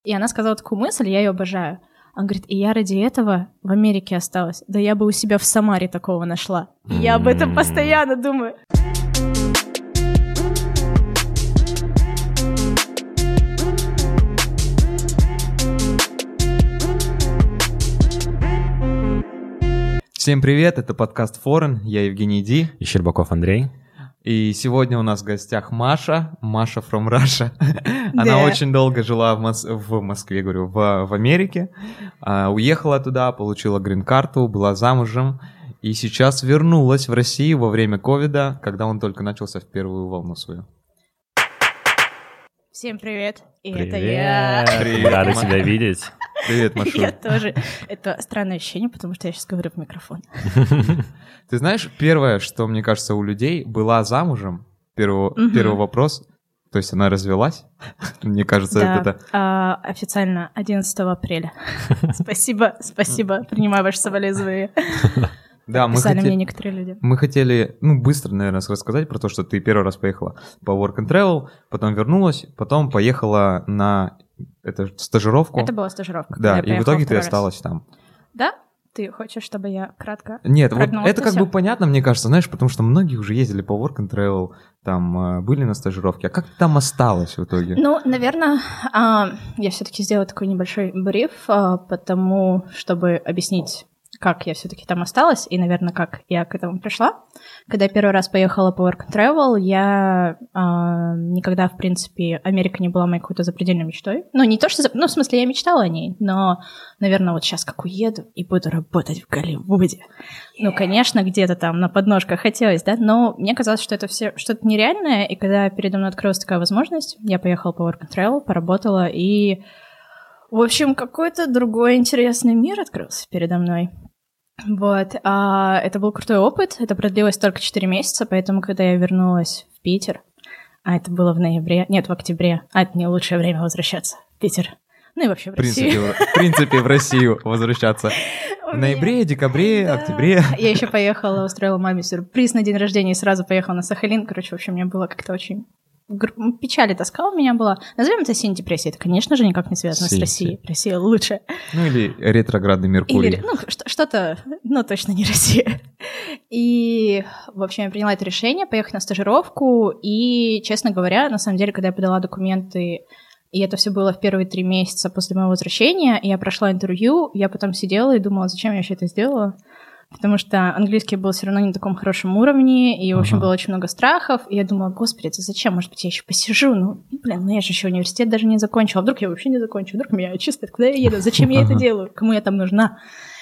И она сказала такую мысль, я ее обожаю. Она говорит, и я ради этого в Америке осталась. Да я бы у себя в Самаре такого нашла. И я об этом постоянно думаю. Всем привет, это подкаст Foreign, я Евгений Ди. И Щербаков Андрей. И сегодня у нас в гостях Маша from Russia. Она очень долго жила в Москве, говорю, в Америке. Уехала туда, получила грин-карту, была замужем. И сейчас вернулась в Россию во время ковида, когда он только начался в первую волну свою. Всем привет, и Привет. это я. Привет, Рада тебя видеть. Привет, Машу. Я тоже. Это странное ощущение, потому что я сейчас говорю в микрофон. Ты знаешь, первое, что, мне кажется, у людей была замужем, первый вопрос, то есть она развелась, мне кажется, это... Официально 11 апреля. Спасибо, принимаю ваши соболезнования. Да, писали мне некоторые люди. Мы хотели, быстро, наверное, рассказать про то, что ты первый раз поехала по Work and Travel, потом вернулась, потом поехала на стажировку. Это была стажировка. Да, и в итоге ты осталась там. Да? Ты хочешь, чтобы я кратко Нет, вот это всё? понятно, мне кажется, знаешь, потому что многие уже ездили по Work and Travel, там были на стажировке. А как ты там осталась в итоге? Наверное, я все-таки сделаю такой небольшой бриф, потому чтобы объяснить, как я все-таки там осталась, и, наверное, как я к этому пришла. Когда я первый раз поехала по Work and Travel, я никогда, в принципе, Америка не была моей какой-то запредельной мечтой. Не то, что... в смысле, я мечтала о ней, но, наверное, вот сейчас как уеду и буду работать в Голливуде. Конечно, где-то там на подножках хотелось, да, но мне казалось, что это все что-то нереальное, и когда передо мной открылась такая возможность, я поехала по Work and Travel, поработала, и, в общем, какой-то другой интересный мир открылся передо мной. Вот, это был крутой опыт, это продлилось только 4 месяца, поэтому, когда я вернулась в Питер, это было в октябре, это не лучшее время возвращаться в Питер, и вообще в Россию. В принципе, в Россию возвращаться. В ноябре, декабре, октябре. Я еще поехала, устроила маме сюрприз на день рождения и сразу поехала на Сахалин, в общем, мне было как-то очень... Печаль и тоска у меня была. Назовем это синей депрессией. Это, конечно же, никак не связано с Россией. Россия лучше. Или ретроградный Меркурий. Или, что-то, точно не Россия. И, в общем, я приняла это решение поехать на стажировку. И, честно говоря, на самом деле, когда я подала документы, и это все было в первые 3 месяца после моего возвращения, и я прошла интервью, я потом сидела и думала, зачем я вообще это сделала. Потому что английский был все равно не на таком хорошем уровне, и, в общем, было очень много страхов, и я думала, господи, это зачем? Может быть, я еще посижу? Я же еще университет даже не закончила. А вдруг я вообще не закончу? Вдруг меня отчислят? Куда я еду? Зачем я это делаю? Кому я там нужна?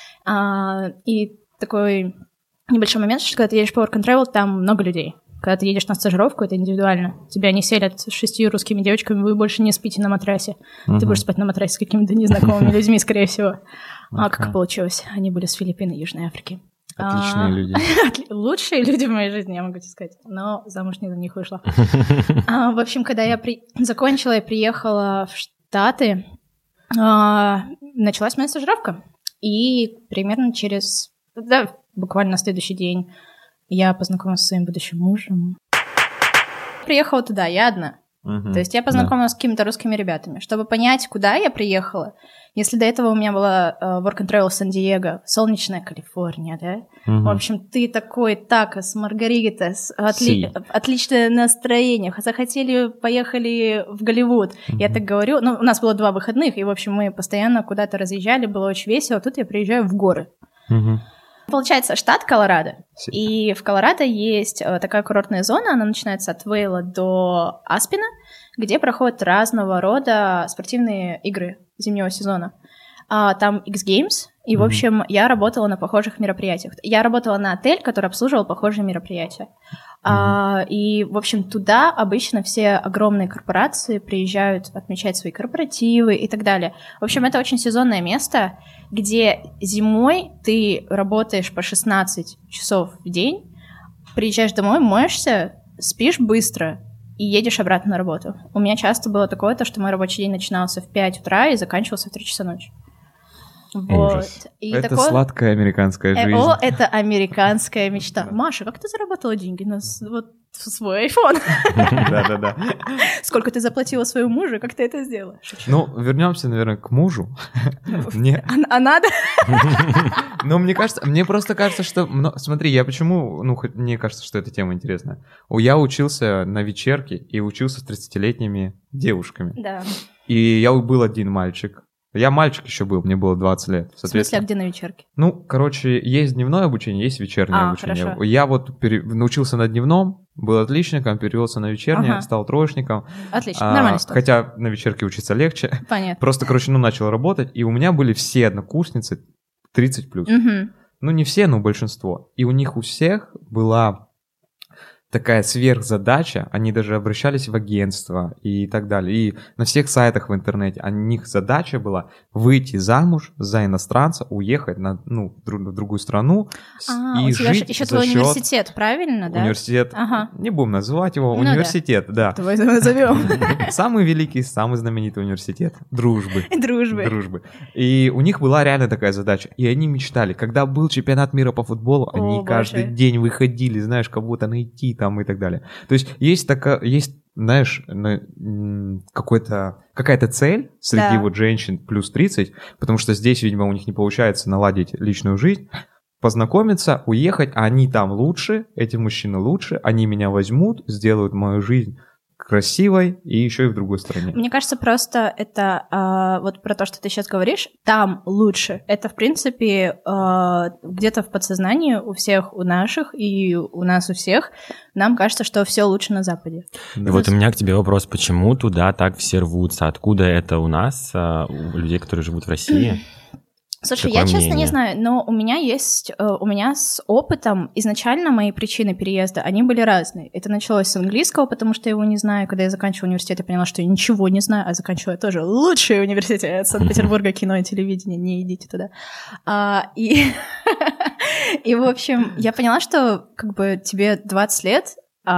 И такой небольшой момент, что когда ты едешь по Work and Travel, там много людей. Когда ты едешь на стажировку, это индивидуально. Тебя не селят с 6 русскими девочками, вы больше не спите на матрасе. Ты будешь спать на матрасе с какими-то незнакомыми людьми, скорее всего. Как получилось? Они были с Филиппин и Южной Африки. Отличные люди. Лучшие люди в моей жизни, я могу тебе сказать. Но замуж не за них вышла. В общем, когда я закончила и приехала в Штаты, началась моя стажировка. И примерно буквально на следующий день я познакомилась со своим будущим мужем. Приехала туда, я одна. То есть я познакомилась с какими-то русскими ребятами. Чтобы понять, куда я приехала, если до этого у меня была Work and Travel Сан-Диего, солнечная Калифорния, да? В общем, ты такой такос, маргарита, отличное настроение, поехали в Голливуд. Я так говорю, у нас было 2 выходных, и, в общем, мы постоянно куда-то разъезжали, было очень весело. Тут я приезжаю в горы. Получается, штат Колорадо, и в Колорадо есть такая курортная зона, она начинается от Вейла до Аспена, где проходят разного рода спортивные игры зимнего сезона. Там X-Games, и, в общем, я работала на похожих мероприятиях. Я работала на отель, который обслуживал похожие мероприятия. И, в общем, туда обычно все огромные корпорации приезжают отмечать свои корпоративы и так далее. В общем, это очень сезонное место, где зимой ты работаешь по 16 часов в день, приезжаешь домой, моешься, спишь быстро и едешь обратно на работу. У меня часто было такое, что мой рабочий день начинался в 5 утра и заканчивался в 3 часа ночи. Вот. И это сладкая американская жизнь. Это американская мечта. Маша, как ты заработала деньги на свой iPhone? Да-да-да. Сколько ты заплатила своему мужу, как ты это сделала? Ну, вернемся, наверное, к мужу. А надо? Но мне просто кажется, что... Смотри, мне кажется, что эта тема интересная. Я учился на вечерке и учился с 30-летними девушками. Да. И я был один мальчик. Я мальчик еще был, мне было 20 лет. В смысле, а где на вечерке? Ну, короче, есть дневное обучение, есть вечернее обучение. Хорошо. Я вот научился на дневном, был отличником, перевелся на вечернее, стал троечником. Отлично, нормально. Хотя на вечерке учиться легче. Понятно. Просто, начал работать, и у меня были все однокурсницы 30+. Угу. Ну, не все, но большинство. И у них у всех была такая сверхзадача, они даже обращались в агентство и так далее. И на всех сайтах в интернете у них задача была выйти замуж за иностранца, уехать в другую страну и жить еще за твой счет... университет, правильно, да? Университет, не будем называть его, университет, да. Давай назовем. Самый великий, самый знаменитый университет дружбы. Дружбы. И у них была реально такая задача. И они мечтали. Когда был чемпионат мира по футболу, они каждый день выходили, знаешь, кого-то найти там и так далее. То есть знаешь, какая-то цель среди вот женщин плюс 30, потому что здесь, видимо, у них не получается наладить личную жизнь, познакомиться, уехать, а они там лучше, эти мужчины лучше, они меня возьмут, сделают мою жизнь красивой и еще и в другой стране. Мне кажется, просто это вот про то, что ты сейчас говоришь, там лучше. Это, в принципе, где-то в подсознании у всех, у наших и у нас у всех, нам кажется, что все лучше на Западе. И вот у меня к тебе вопрос, почему туда так все рвутся? Откуда это у нас, у людей, которые живут в России? Слушай, я честно не знаю, но у меня с опытом изначально мои причины переезда, они были разные. Это началось с английского, потому что я его не знаю. Когда я заканчивала университет, я поняла, что я ничего не знаю, а заканчивала тоже лучший университет Санкт-Петербурга, кино и телевидение, не идите туда. И, в общем, я поняла, что как бы тебе 20 лет,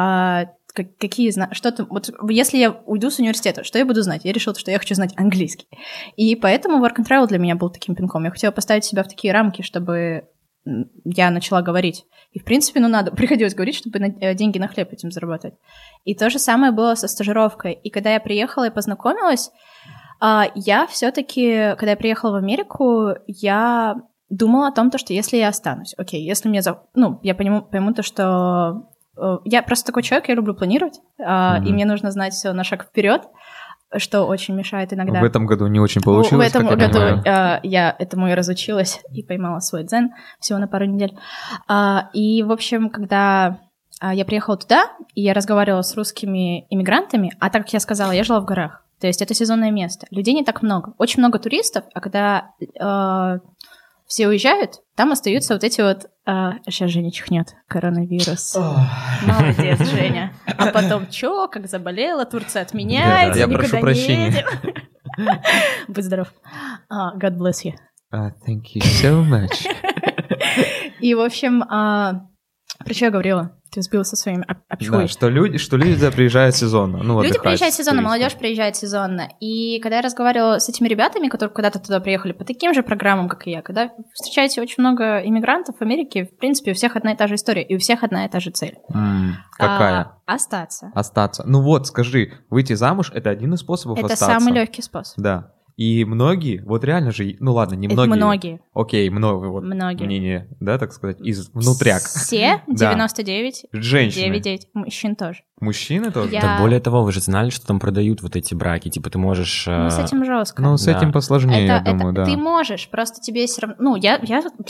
если я уйду с университета, что я буду знать? Я решила, что я хочу знать английский. И поэтому Work and Travel для меня был таким пинком. Я хотела поставить себя в такие рамки, чтобы я начала говорить. И, в принципе, приходилось говорить, чтобы деньги на хлеб этим зарабатывать. И то же самое было со стажировкой. И когда я приехала и познакомилась, я все-таки, когда я приехала в Америку, я думала о том, что если я останусь, окей, если мне... я пойму то, что... Я просто такой человек, я люблю планировать, и мне нужно знать все на шаг вперед, что очень мешает иногда. В этом году не очень получилось. В этом году я этому и разучилась и поймала свой дзен всего на пару недель. И, в общем, когда я приехала туда, и я разговаривала с русскими иммигрантами, а так как я сказала, я жила в горах, то есть это сезонное место, людей не так много, очень много туристов, а когда... все уезжают, там остаются вот эти вот... сейчас Женя чихнет. Коронавирус. Молодец, Женя. А потом, как заболела, Турция отменяется, я прошу прощения. Будь здоров. God bless you. Thank you so much. И, в общем, про что я говорила? Ты сбил со своим общой. Да, что люди туда приезжают сезонно. Люди приезжают сезонно, молодежь приезжает сезонно. И когда я разговаривала с этими ребятами, которые когда-то туда приехали по таким же программам, как и я, когда встречаете очень много иммигрантов в Америке, в принципе, у всех одна и та же история, и у всех одна и та же цель. Какая? Остаться. Ну вот, скажи, выйти замуж — это один из способов остаться. Это самый легкий способ. Да. И многие, вот реально же, ну ладно, не многие. Многие. Окей, многие. Мнение, да, так сказать, из внутряк. Все? 99? Женщины. 9-9. Мужчин тоже. Мужчины тоже? Да, более того, вы же знали, что там продают вот эти браки, типа ты можешь... Ну, с этим жестко. Ну, с этим посложнее, я думаю, да. Ты можешь, просто тебе все равно... Ну, я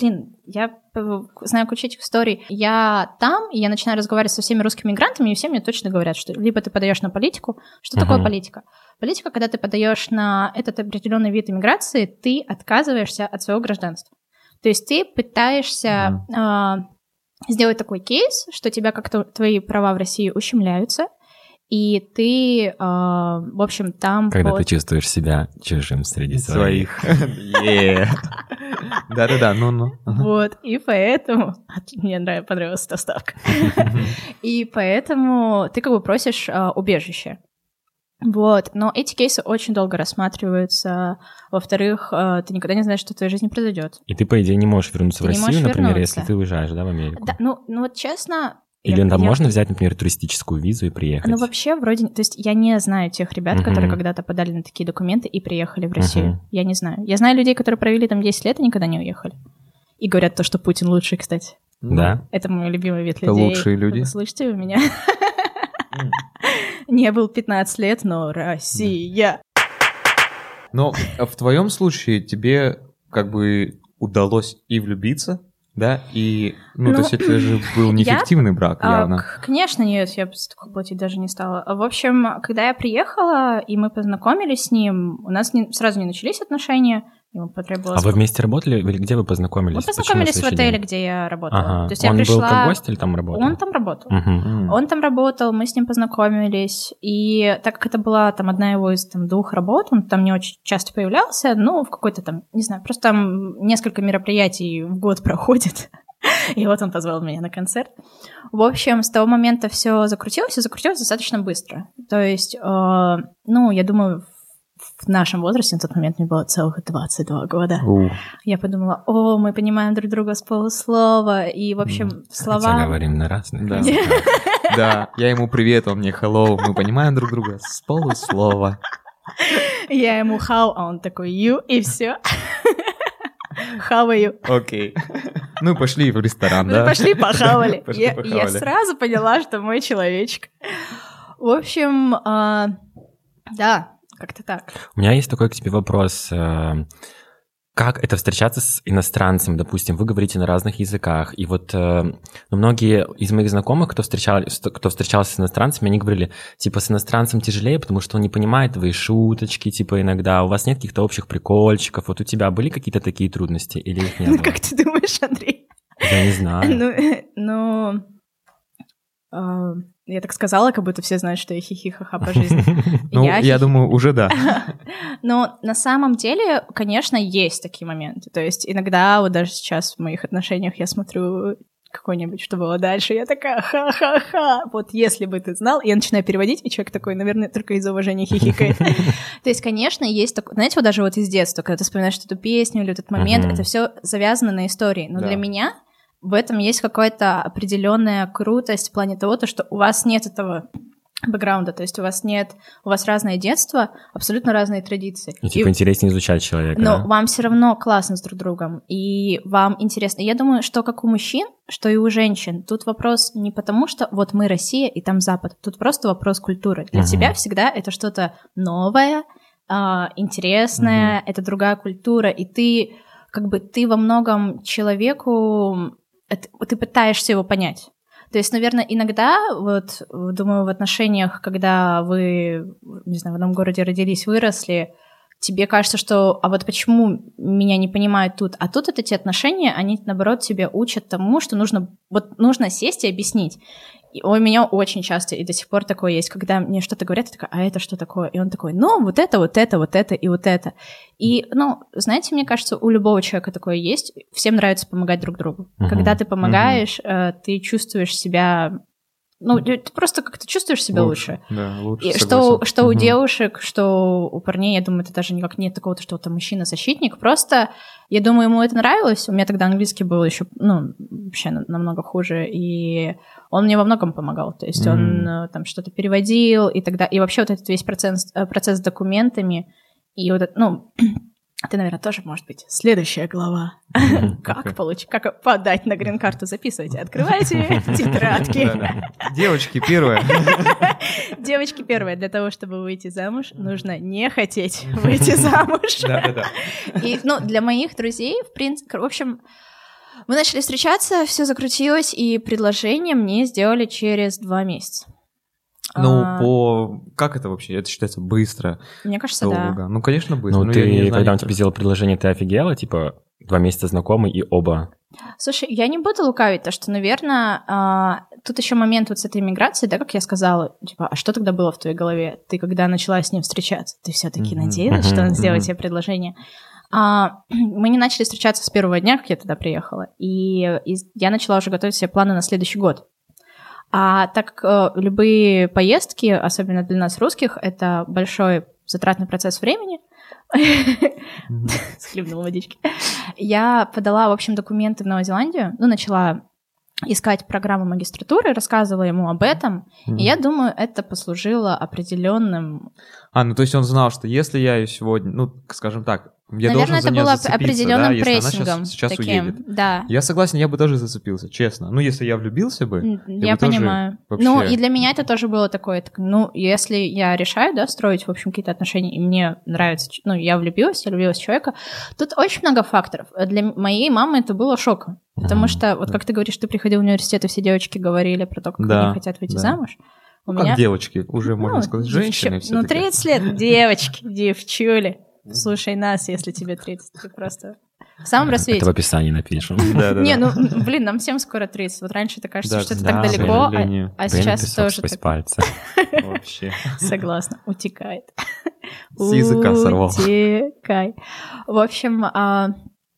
знаю кучу этих историй. Я там, и я начинаю разговаривать со всеми русскими мигрантами, и все мне точно говорят, что либо ты подаешь на политику. Что такое политика? Политика, когда ты подаешь на этот определенный вид иммиграции, ты отказываешься от своего гражданства. То есть ты пытаешься сделать такой кейс, что тебя как-то твои права в России ущемляются, и ты, в общем, там... Когда ты чувствуешь себя чужим среди своих. Да-да-да, ну. Вот, и поэтому... Мне понравилась эта ставка. И поэтому ты как бы просишь убежище. Вот, но эти кейсы очень долго рассматриваются. Во-вторых, ты никогда не знаешь, что в твоей жизни произойдет. И ты, по идее, не можешь вернуться в Россию, например, если ты уезжаешь, да, в Америку? Да, ну вот честно... Или там можно взять, например, туристическую визу и приехать? Ну, вообще, вроде... То есть я не знаю тех ребят, которые когда-то подали на такие документы и приехали в Россию. Я не знаю. Я знаю людей, которые провели там 10 лет и никогда не уехали. И говорят то, что Путин лучший, кстати. Да? Это мой любимый вид людей. Лучшие люди. Вы слышите вы меня? Не был 15 лет, но Россия. Но в твоем случае тебе как бы удалось и влюбиться, да, и, то есть это же был неэффективный брак, явно. Конечно, нет, я бы столько платить даже не стала. В общем, когда я приехала, и мы познакомились с ним, у нас сразу не начались отношения, ему потребовалось... А вы вместе работали или где вы познакомились? Мы познакомились в отеле, где я работала. Ага. То есть он я пришла... был как гость или там работал? Он там работал. Он там работал, мы с ним познакомились, и так как это была там одна его из там 2 работ, он там не очень часто появлялся, в какой-то там, не знаю, просто там несколько мероприятий в год проходит, и вот он позвал меня на концерт. В общем, с того момента все закрутилось достаточно быстро. То есть, я думаю, в нашем возрасте на тот момент мне было целых 22 года. Я подумала, мы понимаем друг друга с полуслова, и, в общем, слова... Хотя говорим на разных. Да, я ему привет, он мне hello, мы понимаем друг друга с полуслова. Я ему how, а он такой you, и все. How are you? Окей. Пошли в ресторан, да? Пошли похавали. Я сразу поняла, что мой человечек. В общем, да, как-то так. У меня есть такой к тебе вопрос. Как это встречаться с иностранцем? Допустим, вы говорите на разных языках, и вот многие из моих знакомых, кто встречался с иностранцами, они говорили, с иностранцем тяжелее, потому что он не понимает твои шуточки, иногда. У вас нет каких-то общих прикольчиков? Вот у тебя были какие-то такие трудности или их не было? Как ты думаешь, Андрей? Я не знаю. Я так сказала, как будто все знают, что я хихи-ха-ха по жизни. Я думаю, уже да. Но на самом деле, конечно, есть такие моменты. То есть иногда, вот даже сейчас в моих отношениях я смотрю какой-нибудь, что было дальше, я такая ха-ха-ха, вот если бы ты знал, я начинаю переводить, и человек такой, наверное, только из-за уважения хихикает. То есть, конечно, есть такое, знаете, вот даже вот из детства, когда ты вспоминаешь эту песню или этот момент, это все завязано на истории. Но для меня в этом есть какая-то определенная крутость в плане того, что у вас нет этого бэкграунда, то есть у вас разное детство, абсолютно разные традиции. И интереснее изучать человека. Но вам все равно классно с друг другом, и вам интересно. Я думаю, что как у мужчин, что и у женщин, тут вопрос не потому, что вот мы Россия и там Запад, тут просто вопрос культуры. Для тебя всегда это что-то новое, интересное, это другая культура, и ты во многом человеку, ты пытаешься его понять. То есть, наверное, иногда, вот, думаю, в отношениях, когда вы, не знаю, в одном городе родились, выросли, тебе кажется, что, а вот почему меня не понимают тут? А тут эти отношения, они, наоборот, тебя учат тому, что нужно сесть и объяснить. И у меня очень часто и до сих пор такое есть, когда мне что-то говорят, я такая, а это что такое? И он такой, вот это и вот это. И, знаете, мне кажется, у любого человека такое есть. Всем нравится помогать друг другу. Когда ты помогаешь, ты чувствуешь себя... ты просто как-то чувствуешь себя лучше. Да, лучше, и что у девушек, что у парней, я думаю, это даже никак нет такого, что там мужчина-защитник. Просто, я думаю, ему это нравилось. У меня тогда английский был еще, вообще намного хуже. И он мне во многом помогал. То есть он там что-то переводил и тогда... И вообще вот этот весь процесс с документами. И вот это, это, наверное, тоже может быть следующая глава. Как подать на грин-карту? Записывайте, открывайте тетрадки. Девочки, первое. Девочки, первое. Для того, чтобы выйти замуж, нужно не хотеть выйти замуж. Да. И, для моих друзей, в общем, мы начали встречаться, все закрутилось, и предложение мне сделали через 2 месяца. Как это вообще? Это считается быстро? Мне кажется, долго. да. Конечно, быстро. Когда он тебе сделал предложение, ты офигела? 2 месяца знакомы и оба? Слушай, я не буду лукавить, то что, наверное, тут еще момент вот с этой миграцией, да, как я сказала, а что тогда было в твоей голове? Ты когда начала с ним встречаться, ты все-таки надеялась, что он сделает тебе предложение? Мы не начали встречаться с первого дня, как я туда приехала, и я начала уже готовить себе планы на следующий год. А так как любые поездки, особенно для нас русских, это большой затратный процесс времени, схлебнула водички, я подала, в общем, документы в Новую Зеландию, начала искать программу магистратуры, рассказывала ему об этом, и я думаю, это послужило определенным... то есть он знал, что если я ее сегодня, скажем так, я наверное, должен за нее зацепиться, определенным если прессингом она сейчас таким, уедет. Да. Я согласен, я бы тоже зацепился, честно. Если я влюбился бы, я понимаю. Вообще... и для меня это тоже было такое, если я решаю, строить, в общем, какие-то отношения, и мне нравится, я влюбилась в человека, тут очень много факторов. Для моей мамы это было шоком, потому что, как ты говоришь, ты приходил в университет, и все девочки говорили про то, как они хотят выйти замуж. Как девочки, уже, можно сказать, женщины все-таки. 30 лет, девочки, девчули. Слушай нас, если тебе 30, ты просто в самом рассвете. Это в описании напишем. Не, нам всем скоро 30. Вот раньше это кажется, что это так далеко, а сейчас тоже так. Пальца. Вообще. Согласна, утекает. С языка сорвал. Утекай. В общем, от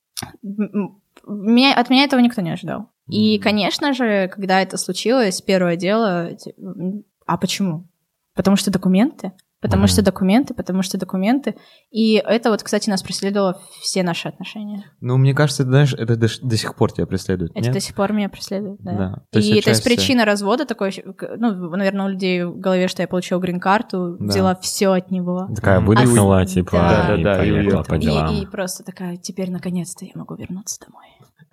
меня этого никто не ожидал. И, конечно же, когда это случилось, первое дело, а почему? Потому что документы. Потому что документы. И это кстати, нас преследовало все наши отношения. Мне кажется, это до сих пор тебя преследует, Это до сих пор меня преследует, да. То есть причина развода такой, наверное, у людей в голове, что я получила грин-карту, взяла все от него. Такая выдохнула, и поехала по делам. И просто такая, теперь наконец-то я могу вернуться домой.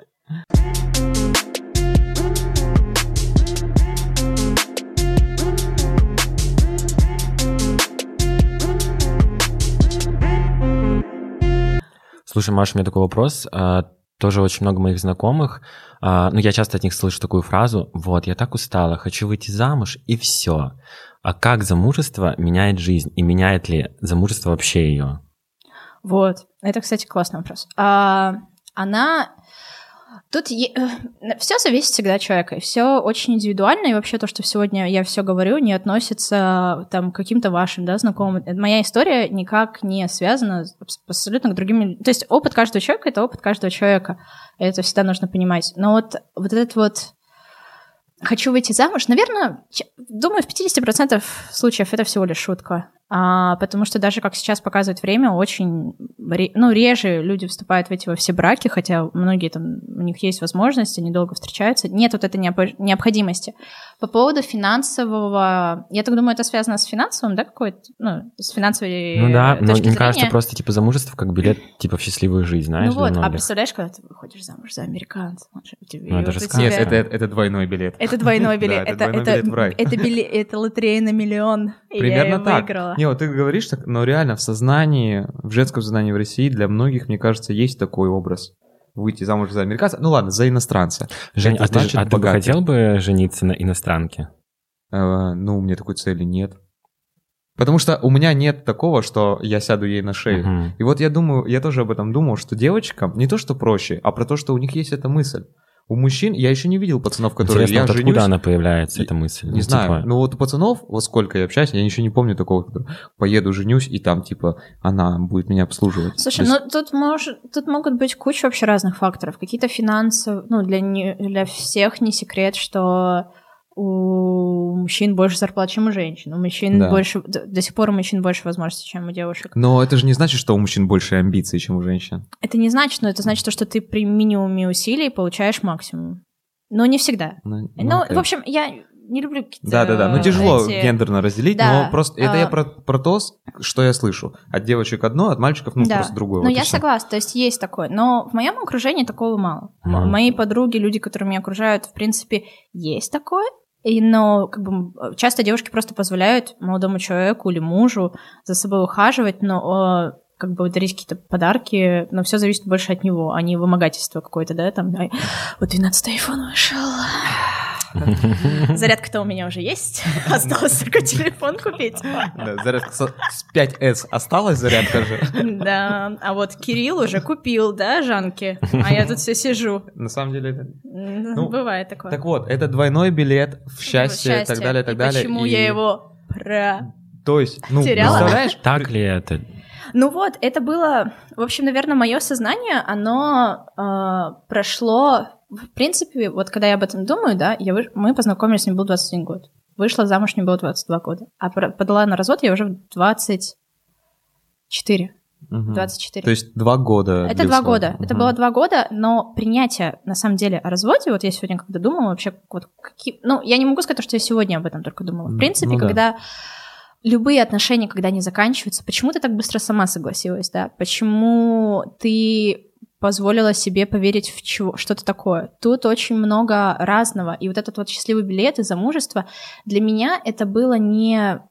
Слушай, Маша, у меня такой вопрос. Тоже очень много моих знакомых, я часто от них слышу такую фразу: «Вот, я так устала, хочу выйти замуж, и все». А как замужество меняет жизнь? И меняет ли замужество вообще ее? Вот, это, кстати, классный вопрос. Тут все зависит всегда от человека, и все очень индивидуально, и вообще то, что сегодня я все говорю, не относится к каким-то вашим, знакомым. Моя история никак не связана с абсолютно другими... То есть опыт каждого человека — это опыт каждого человека, это всегда нужно понимать. Но вот этот «хочу выйти замуж», наверное, думаю, в 50% случаев это всего лишь шутка. Потому что даже, как сейчас показывает время, очень реже люди вступают в эти во все браки, хотя многие у них есть возможность, они долго встречаются. Нет этой необходимости. По поводу финансового, я так думаю, это связано с финансовым, какой-то, с финансовой точки но мне зрения. кажется, просто замужество как билет в счастливую жизнь, знаешь? А представляешь, когда ты выходишь замуж за американца? Нет, это двойной билет. Это двойной билет. Это двойной билет в рай. Это лотерея на миллион. Примерно так. Выиграла. Ты говоришь так, но реально в женском сознании в России для многих, мне кажется, есть такой образ. Выйти замуж за американца, ладно, за иностранца. Жень, ты бы хотел бы жениться на иностранке? У меня такой цели нет. Потому что у меня нет такого, что я сяду ей на шею. И вот я тоже об этом думал, что девочкам не то, что проще, а про то, что у них есть эта мысль. У мужчин я еще не видел пацанов, которые я женюсь. Откуда она появляется, эта мысль? Не знаю. У пацанов, сколько я общаюсь, я еще не помню такого, который поеду, женюсь, и там, она будет меня обслуживать. Слушай, тут могут быть куча вообще разных факторов. Какие-то финансовые, для всех не секрет, что у мужчин больше зарплат, чем у женщин. У мужчин больше, до сих пор у мужчин больше возможностей, чем у девушек. Но это же не значит, что у мужчин больше амбиций, чем у женщин. Это не значит, но это значит, что ты при минимуме усилий получаешь максимум. Но не всегда. В общем, я не люблю какие-то... Да. Тяжело гендерно разделить, но просто это я про то, что я слышу. От девочек одно, от мальчиков, просто другое. Я согласна, то есть такое. Но в моем окружении такого мало. Мои подруги, люди, которые меня окружают, в принципе, есть такое. Но часто девушки просто позволяют молодому человеку или мужу за собой ухаживать, но дарить какие-то подарки, но все зависит больше от него, а не вымогательство какое-то, вот 12-й iPhone вышел. Зарядка-то у меня уже есть, осталось только телефон купить. Да, зарядка с 5S осталась, зарядка же. Да, а вот Кирилл уже купил, Жанки, а я тут все сижу. На самом деле это... Бывает такое. Так вот, это двойной билет в счастье и так далее, и так далее. Почему я его То есть, потеряла? Представляешь? Так ли это? Это было, в общем, наверное, мое сознание, оно прошло в принципе, вот когда я об этом думаю, да, мы познакомились, мне был 21 год. Вышла замуж, мне было 22 года. А подала на развод я уже в 24. 24. То есть 2 года. Это 2 года. Это было 2 года, но принятие, на самом деле, о разводе, вот я сегодня когда думала вообще, вот я не могу сказать, что я сегодня об этом только думала. В принципе, когда любые отношения, когда они заканчиваются, почему ты так быстро сама согласилась, да? Почему ты позволила себе поверить в что-то такое? Тут очень много разного. И вот этот вот счастливый билет и замужество, для меня это было не...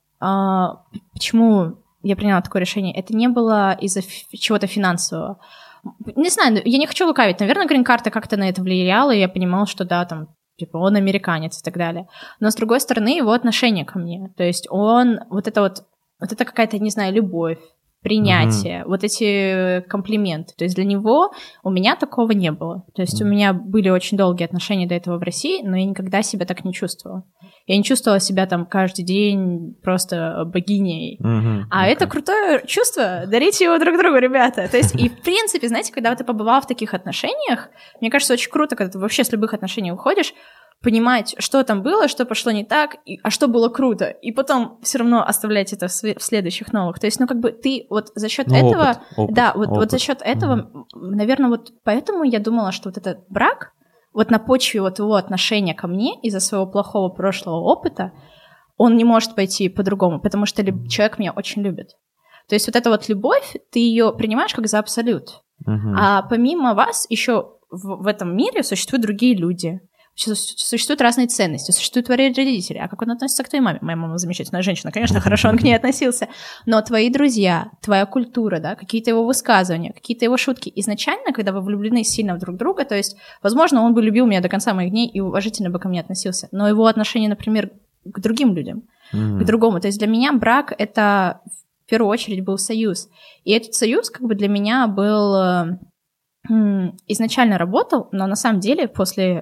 Почему я приняла такое решение? Это не было из-за чего-то финансового. Не знаю, я не хочу лукавить. Наверное, грин-карта как-то на это влияла, и я понимала, что да, там, типа, он американец и так далее. Но, с другой стороны, его отношение ко мне. То есть он... Вот это какая-то, не знаю, любовь, принятие, вот эти комплименты. То есть для него у меня такого не было. То есть у меня были очень долгие отношения до этого в России, но я никогда себя так не чувствовала. Я не чувствовала себя там каждый день просто богиней. Это крутое чувство. Дарите его друг другу, ребята. То есть и в принципе, знаете, когда ты побывал в таких отношениях, мне кажется, очень круто, когда ты вообще с любых отношений уходишь, понимать, что там было, что пошло не так, а что было круто, и потом все равно оставлять это в следующих новых. То есть, ты вот за счет этого, вот за счет этого, наверное, вот поэтому я думала, что вот этот брак, вот на почве вот его отношения ко мне из-за своего плохого прошлого опыта, он не может пойти по-другому, потому что человек меня очень любит. То есть вот эта вот любовь, ты ее принимаешь как за абсолют. А помимо вас еще в этом мире существуют другие люди. Существуют разные ценности, существуют твои родители. А как он относится к твоей маме? Моя мама замечательная женщина, конечно, хорошо он к ней относился. Но твои друзья, твоя культура, да, какие-то его высказывания, какие-то его шутки. Изначально, когда вы влюблены сильно в друг друга, то есть, возможно, он бы любил меня до конца моих дней и уважительно бы ко мне относился. Но его отношение, например, к другим людям, к другому. То есть для меня брак — это в первую очередь был союз. И этот союз как бы для меня был... изначально работал, но на самом деле после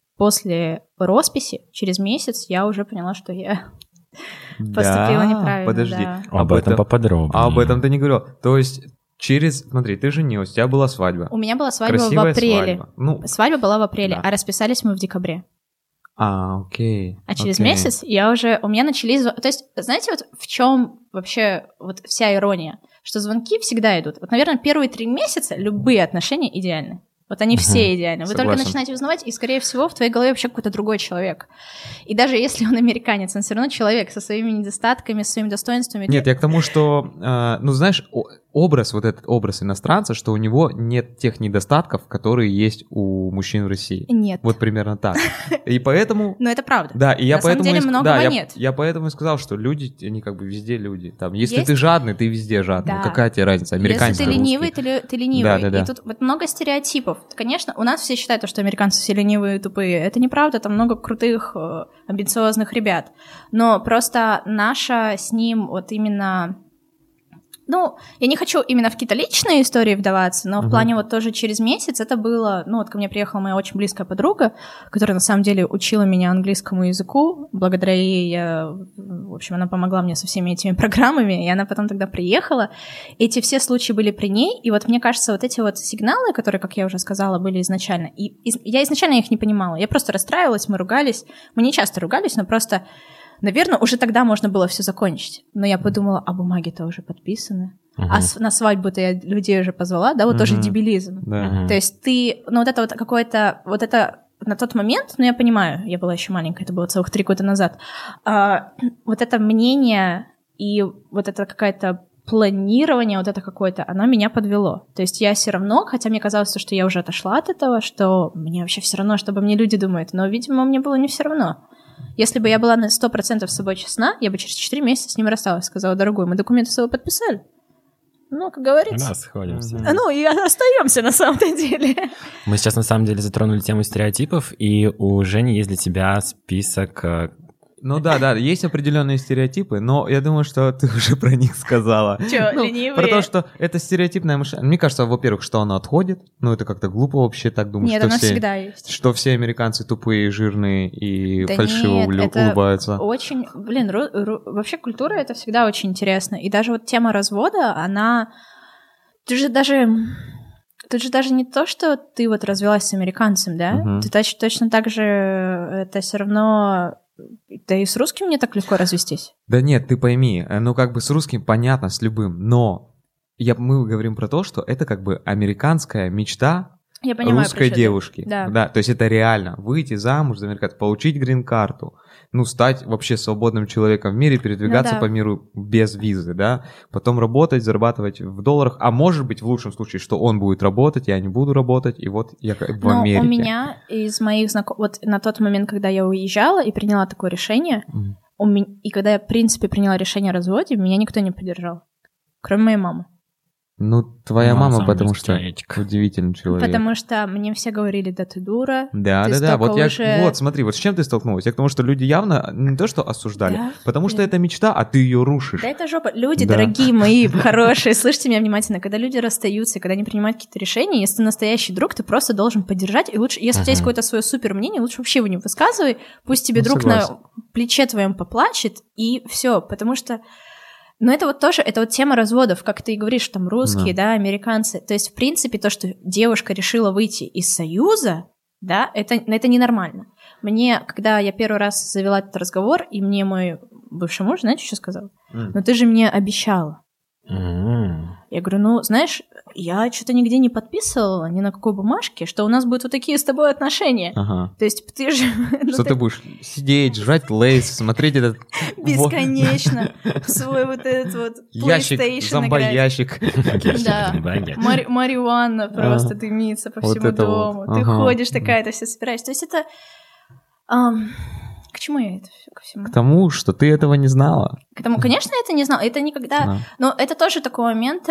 росписи, через месяц, я уже поняла, что я поступила неправильно. Подожди. Да. Об этом поподробнее. Об этом ты не говорил. То есть смотри, ты женилась, у тебя была свадьба. У меня была свадьба Красивая в апреле. свадьба. Свадьба была в апреле, да. А расписались мы в декабре. Окей. А через месяц у меня начались... То есть, знаете, вот в чем вообще вот вся ирония? Что звонки всегда идут. Вот, наверное, первые 3 месяца любые отношения идеальны. Вот они все идеальны. Вы Согласен. только начинаете узнавать, и, скорее всего, в твоей голове вообще какой-то другой человек. И даже если он американец, он все равно человек со своими недостатками, со своими достоинствами. Нет, я к тому, что, знаешь, образ иностранца, что у него нет тех недостатков, которые есть у мужчин в России. Нет. Вот примерно так. И поэтому... Но это правда. Да, и я на самом деле многого нет. Я поэтому и сказал, что люди, они как бы везде люди. Там, если ты жадный, ты везде жадный. Да. Какая тебе разница, американец или русский? Если ты ленивый, ты ленивый. Да. И тут вот много стереотипов. Конечно, у нас все считают, что американцы все ленивые и тупые. Это неправда, там много крутых, амбициозных ребят. Но просто наша с ним вот именно... я не хочу именно в какие-то личные истории вдаваться, но в плане вот тоже через месяц это было... вот ко мне приехала моя очень близкая подруга, которая на самом деле учила меня английскому языку. Благодаря ей она помогла мне со всеми этими программами, и она потом тогда приехала. Эти все случаи были при ней, и вот мне кажется, вот эти вот сигналы, которые, как я уже сказала, были изначально, и я изначально их не понимала. Я просто расстраивалась, мы ругались. Мы не часто ругались, но просто... Наверное, уже тогда можно было все закончить. Но я подумала, а бумаги-то уже подписаны. А на свадьбу-то я людей уже позвала, да, вот тоже дебилизм. То есть ты, вот это вот какое-то, вот это на тот момент, я понимаю, я была еще маленькая, это было целых 3 года назад, вот это мнение и вот это какая-то планирование вот это какое-то, оно меня подвело. То есть я все равно, хотя мне казалось, что я уже отошла от этого, что мне вообще все равно, что обо мне люди думают, но, видимо, мне было не все равно. Если бы я была на 100% с собой честна, я бы через 4 месяца с ним рассталась, сказала: дорогой, мы документы с тобой подписали. Как говорится. Да, сходимся. И остаемся на самом-то деле. Мы сейчас на самом деле затронули тему стереотипов, и у Жени есть для тебя список... Да, есть определенные стереотипы, но я думаю, что ты уже про них сказала. Чё, ленивые? Про то, что это стереотипное мышление. Мне кажется, во-первых, что оно отходит. Это как-то глупо вообще так думать. Нет, оно всегда есть. Что все американцы тупые, жирные и фальшиво улыбаются. Очень, вообще культура — это всегда очень интересно. И даже вот тема развода, она... Ты тут же даже не то, что ты вот развелась с американцем, да? Ты точно так же, это все равно... Да и с русским не так легко развестись. Да нет, ты пойми, ну как бы с русским понятно, с любым, но мы говорим про то, что это как бы американская мечта русской девушки. Да, то есть это реально выйти замуж за американца, получить грин-карту, ну стать вообще свободным человеком в мире, передвигаться по миру без визы, да, потом работать, зарабатывать в долларах, а может быть в лучшем случае, что он будет работать, я не буду работать, и вот я в Америке. У меня из моих знакомых, вот на тот момент, когда я уезжала и приняла такое решение, и когда я, в принципе, приняла решение о разводе, меня никто не поддержал, кроме моей мамы. Ну, твоя мама, потому что удивительный человек. Потому что мне все говорили, да ты дура. Да. Вот смотри, вот с чем ты столкнулась? Я к тому, что люди явно не то, что осуждали, потому что это мечта, а ты ее рушишь. Да это жопа. Люди, дорогие мои, хорошие, слышите меня внимательно. Когда люди расстаются, когда они принимают какие-то решения, если ты настоящий друг, ты просто должен поддержать. И лучше, если у тебя есть какое-то свое супер мнение, лучше вообще его не высказывай. Пусть тебе друг на плече твоем поплачет, и все. Потому что но это вот тоже, это вот тема разводов, как ты и говоришь, там русские, да, американцы. То есть, в принципе, то, что девушка решила выйти из союза, да, это ненормально. Мне, когда я первый раз завела этот разговор, и мне мой бывший муж, знаете, что сказал? Ну ты же мне обещала. Я говорю, ну, знаешь, я что-то нигде не подписывала, ни на какой бумажке, что у нас будут вот такие с тобой отношения. Ага. То есть ты же... Что ты будешь сидеть, жрать лейс, смотреть этот... Бесконечно. Свой вот этот вот ящик, зомбоящик. Да. Марихуана просто дымится по всему дому. Ты ходишь такая, ты все собираешь. То есть это... К чему я это все ко всему? К тому, что ты этого не знала. К тому, конечно, я это не знала. Это никогда... Да. Но это тоже такой момент.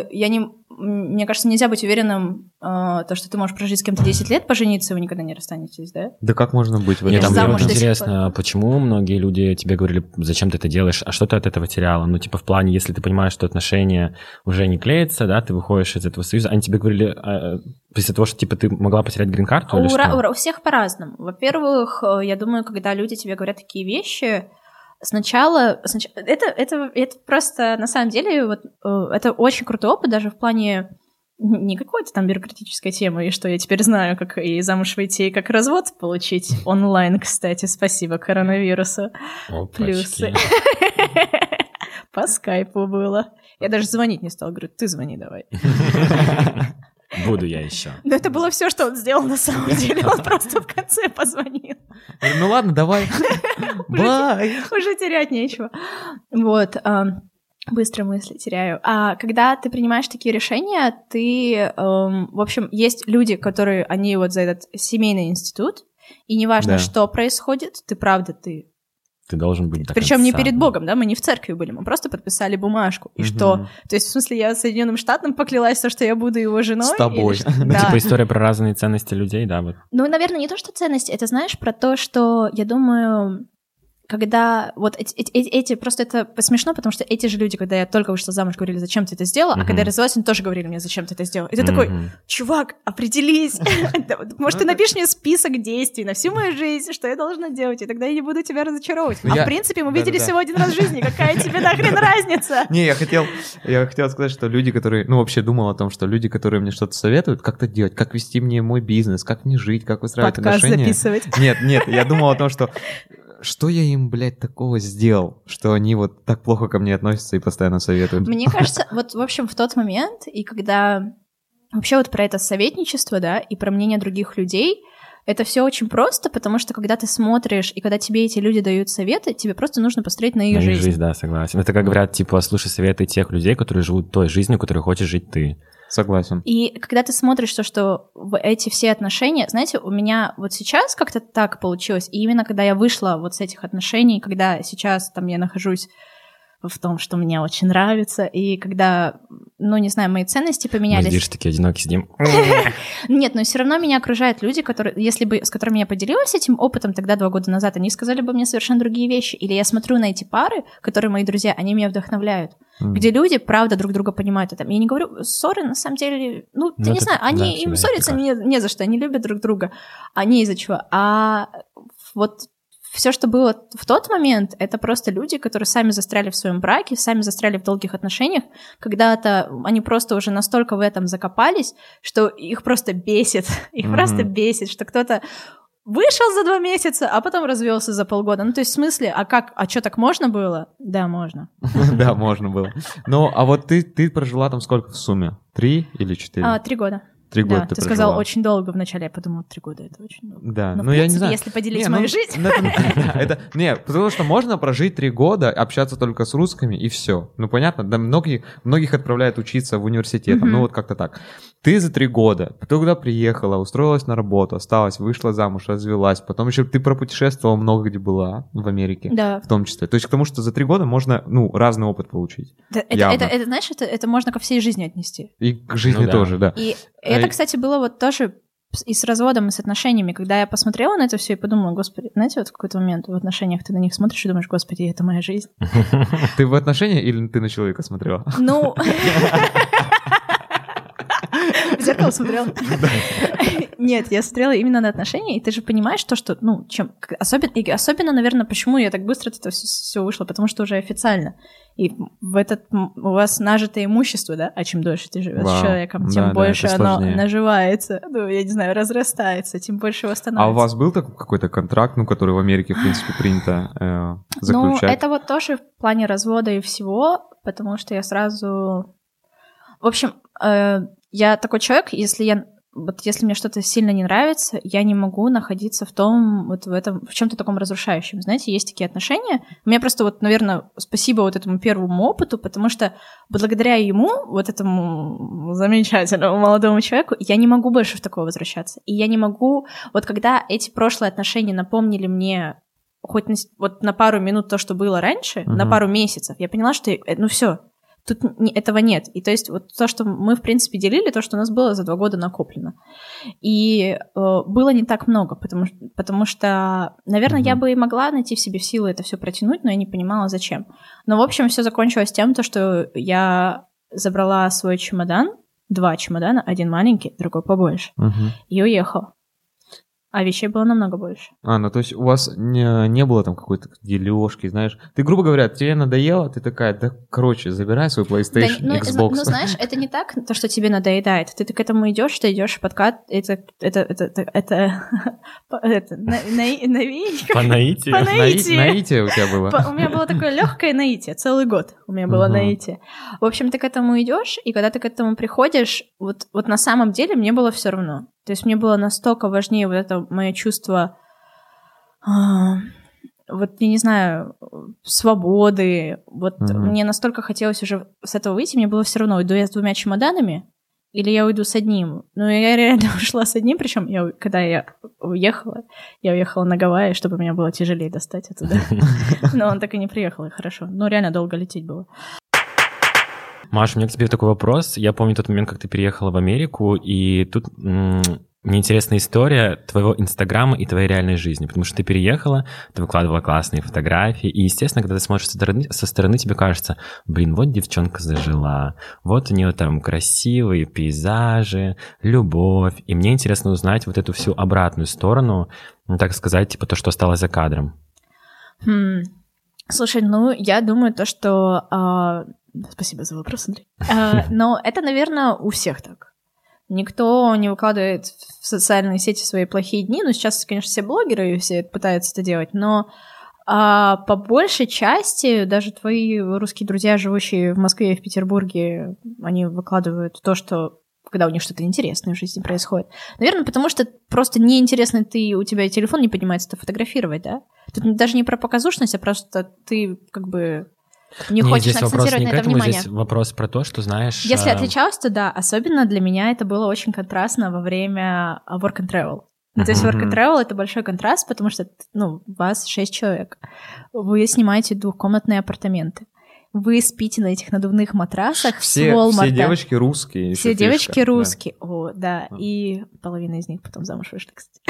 Мне кажется, нельзя быть уверенным, то, что ты можешь прожить с кем-то 10 лет, пожениться, и вы никогда не расстанетесь, да? Да как можно быть в этом? Мне там интересно, почему многие люди тебе говорили, зачем ты это делаешь, а что ты от этого теряла? Ну, типа в плане, если ты понимаешь, что отношения уже не клеятся, да, ты выходишь из этого союза, они тебе говорили, после того, что типа ты могла потерять грин-карту или что? У всех по-разному. Во-первых, я думаю, когда люди тебе говорят такие вещи, Сначала это просто, на самом деле, вот, это очень крутой опыт, даже в плане не какой-то там бюрократической темы, и что я теперь знаю, как и замуж выйти, и как развод получить онлайн, кстати, спасибо коронавирусу. Плюсы. По скайпу было. Я даже звонить не стала, говорю, ты звони давай. Буду я еще. Но это было все, что он сделал на самом деле. Он просто в конце позвонил. Ну ладно, давай. Бай. Уже терять нечего. Вот. Быстро мысли теряю. А когда ты принимаешь такие решения, ты... В общем, есть люди, которые... Они вот за этот семейный институт, и неважно, что происходит, ты правда, ты должен быть до конца. Причем не перед Богом, да, мы не в церкви были, мы просто подписали бумажку. И что? То есть, в смысле, я Соединенным Штатам поклялась, что я буду его женой. С тобой. Ну, типа история про разные ценности людей, да? Вот. Ну, наверное, не то, что ценности, это, знаешь, про то, что, я думаю, когда вот эти просто это смешно, потому что эти же люди, когда я только вышла замуж, говорили, зачем ты это сделала, а когда я развелась, они тоже говорили мне, зачем ты это сделала. И ты такой, чувак, определись. Может, ты напишешь мне список действий на всю мою жизнь, что я должна делать, и тогда я не буду тебя разочаровывать. А в принципе, мы виделись всего один раз в жизни, какая тебе нахрен разница? Не, я хотел сказать, что люди, которые, ну, вообще думал о том, что люди, которые мне что-то советуют, как это делать, как вести мне мой бизнес, как мне жить, как выстраивать отношения. Подкаст записывать. Нет, я думал о том, что я им, блядь, такого сделал, что они вот так плохо ко мне относятся и постоянно советуют? Мне кажется, вот, в общем, в тот момент, и когда вообще вот про это советничество, да, и про мнение других людей, это все очень просто, потому что когда ты смотришь, и когда тебе эти люди дают советы, тебе просто нужно посмотреть на их жизнь. Да, согласен. Это как говорят, типа, слушай советы тех людей, которые живут той жизнью, которой хочешь жить ты. Согласен. И когда ты смотришь то, что эти все отношения, знаете, у меня вот сейчас как-то так получилось, и именно когда я вышла вот с этих отношений, когда сейчас там я нахожусь в том, что мне очень нравится, и когда, ну, не знаю, мои ценности поменялись. Мы здесь такие одинокие сидим. Нет, но все равно меня окружают люди, которые, если бы, с которыми я поделилась этим опытом тогда 2 года назад, они сказали бы мне совершенно другие вещи. Или я смотрю на эти пары, которые мои друзья, они меня вдохновляют. Где люди, правда, друг друга понимают. Я не говорю, ссоры, на самом деле, ну, ты не знаю, они им ссорятся не за что, они любят друг друга, а не из-за чего. А вот все, что было в тот момент, это просто люди, которые сами застряли в своем браке, сами застряли в долгих отношениях, когда-то они просто уже настолько в этом закопались, что их просто бесит, просто бесит, что кто-то вышел за 2 месяца, а потом развелся за полгода. Ну, то есть в смысле, а что, так можно было? Да, можно. Да, можно было. Ну, а вот ты прожила там сколько в сумме? 3 или 4? 3 года. 3 года ты сказал очень долго вначале, я подумала, 3 года это очень долго. Да, но я не знаю. Если поделить мою жизнь... Нет, потому что можно прожить 3 года, общаться только с русскими, и все. Ну, понятно, да, многих отправляют учиться в университет, ну, вот как-то так. Ты за 3 года, ты туда приехала, устроилась на работу, осталась, вышла замуж, развелась, потом еще ты пропутешествовала много где была в Америке, в том числе. То есть к тому, что за 3 года можно, разный опыт получить. Это, знаешь, это можно ко всей жизни отнести. И к жизни тоже, да. И это, кстати, было вот тоже и с разводом, и с отношениями. Когда я посмотрела на это все и подумала, господи, знаете, вот в какой-то момент в отношениях ты на них смотришь и думаешь, господи, это моя жизнь. Ты в отношениях или ты на человека смотрела? Ну... В зеркало смотрела? Нет, я смотрела именно на отношения, и ты же понимаешь то, что, особенно, наверное, почему я так быстро это все вышло, потому что уже официально. И у вас нажитое имущество, да, а чем дольше ты живешь с человеком, тем больше оно наживается, я не знаю, разрастается, тем больше его становится. А у вас был такой какой-то контракт, который в Америке, в принципе, принято заключать? Ну, это вот тоже в плане развода и всего, потому что я сразу... В общем, я такой человек, если мне что-то сильно не нравится, я не могу находиться в чем-то таком разрушающем. Знаете, есть такие отношения. У меня просто наверное, спасибо этому первому опыту, потому что благодаря ему, этому замечательному молодому человеку, я не могу больше в такое возвращаться. И я не могу... когда эти прошлые отношения напомнили мне хоть на пару минут то, что было раньше, на пару месяцев, я поняла, что все. Тут этого нет. И то есть то, что мы, в принципе, делили, то, что у нас было за 2 года накоплено. И было не так много, потому что, наверное, я бы и могла найти в себе силы это все протянуть, но я не понимала, зачем. Но, в общем, все закончилось тем, что я забрала свой чемодан, 2 чемодана, один маленький, другой побольше, и уехала. А вещей было намного больше. То есть у вас не было там какой-то дележки, знаешь? Ты, грубо говоря, тебе надоело, ты такая, забирай свой PlayStation, Xbox. Ну, знаешь, это не так, то, что тебе надоедает. Ты к этому идешь, подкат, это наитие у тебя было. У меня было такое легкое наитие, целый год у меня было наитие. В общем, ты к этому идешь, и когда ты к этому приходишь, вот на самом деле мне было все равно. То есть мне было настолько важнее это мое чувство, я не знаю, свободы. Мне настолько хотелось уже с этого выйти, мне было все равно, уйду я с 2 чемоданами или я уйду с одним. Ну, я реально ушла с одним, причем когда я уехала на Гавайи, чтобы мне было тяжелее достать оттуда. Но он так и не приехал, и хорошо. Ну, реально долго лететь было. Маш, у меня к тебе такой вопрос. Я помню тот момент, как ты переехала в Америку, и тут мне интересна история твоего Инстаграма и твоей реальной жизни, потому что ты переехала, ты выкладывала классные фотографии, и, естественно, когда ты смотришь со стороны, тебе кажется, вот девчонка зажила, вот у нее там красивые пейзажи, любовь, и мне интересно узнать эту всю обратную сторону, так сказать, то, что осталось за кадром. Слушай, я думаю, что... Спасибо за вопрос, Андрей. Но это, наверное, у всех так. Никто не выкладывает в социальные сети свои плохие дни. Сейчас, конечно, все блогеры все пытаются это делать, но по большей части даже твои русские друзья, живущие в Москве и в Петербурге, они выкладывают то, что когда у них что-то интересное в жизни происходит. Наверное, потому что просто неинтересно, у тебя телефон не поднимается это фотографировать, да? Тут даже не про показушность, а просто ты не хочешь акцентировать на это внимание. Здесь вопрос про то, что знаешь... Если отличалось, то да. Особенно для меня это было очень контрастно во время work and travel. То есть work and travel — это большой контраст, потому что вас 6 человек. Вы снимаете 2-комнатные апартаменты. Вы спите на этих надувных матрасах с Walmart. Все девочки русские. Все девочки русские. О, да. И половина из них потом замуж вышли, кстати.